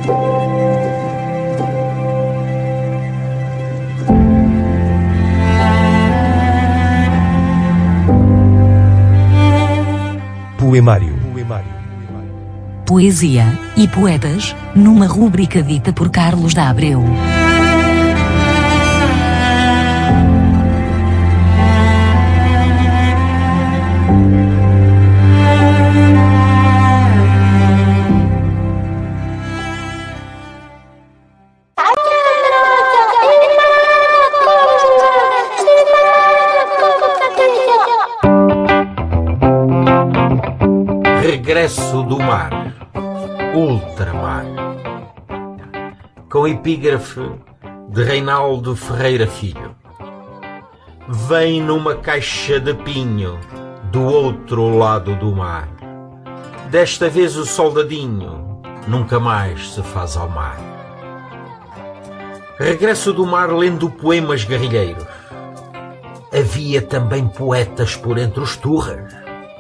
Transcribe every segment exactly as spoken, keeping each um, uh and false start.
Poemário. Poesia e poetas, numa rúbrica dita por Carlos da Abreu. Regresso do mar, ultramar, com epígrafe de Reinaldo Ferreira Filho. Vem numa caixa de pinho do outro lado do mar. Desta vez o soldadinho nunca mais se faz ao mar. Regresso do mar lendo poemas guerrilheiros. Havia também poetas por entre os turras.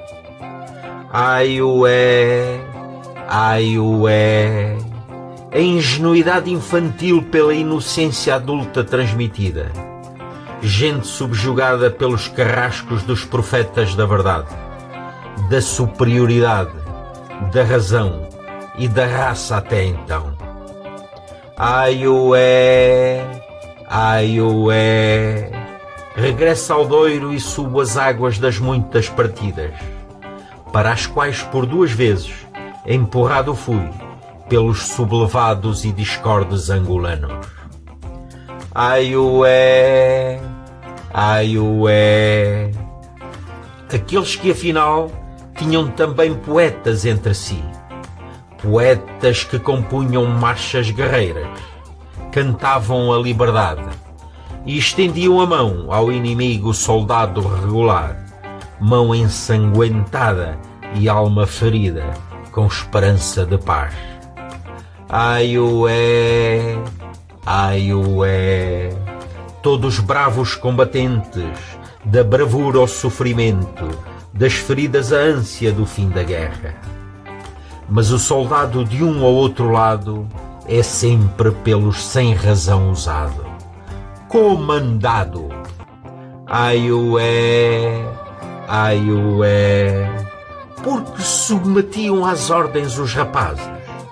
Ai ué, ai ué, a ingenuidade infantil pela inocência adulta transmitida. Gente subjugada pelos carrascos dos profetas da verdade, da superioridade, da razão e da raça até então. Ai ué, ai ué, regressa ao Douro e subo as águas das muitas partidas, para as quais por duas vezes empurrado fui pelos sublevados e discordes angolanos. Ai ué, ai ué, aqueles que afinal tinham também poetas entre si, poetas que compunham marchas guerreiras, cantavam a liberdade e estendiam a mão ao inimigo soldado regular, mão ensanguentada e alma ferida, com esperança de paz. Ai ué, ai ué, todos bravos combatentes, da bravura ao sofrimento, das feridas à ânsia do fim da guerra. Mas o soldado de um ou outro lado é sempre pelos sem razão usado, comandado. Ai ué, ai ué, porque submetiam às ordens os rapazes.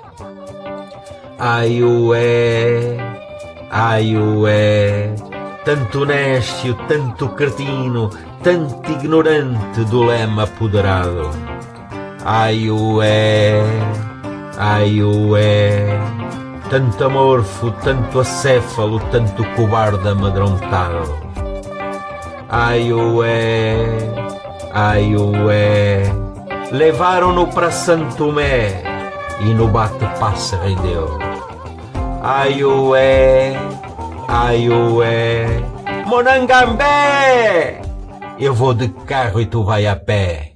Ai ué, ai ué, tanto néscio, tanto cretino, tanto ignorante do lema apoderado. Ai ué, ai ué, tanto amorfo, tanto acéfalo, tanto cobarde amedrontado. Ai ué, ai ué, levaram-no para Santo Tomé e no bate-passe rendeu. Ai ué, ai ué, Monangambé, eu vou de carro e tu vai a pé.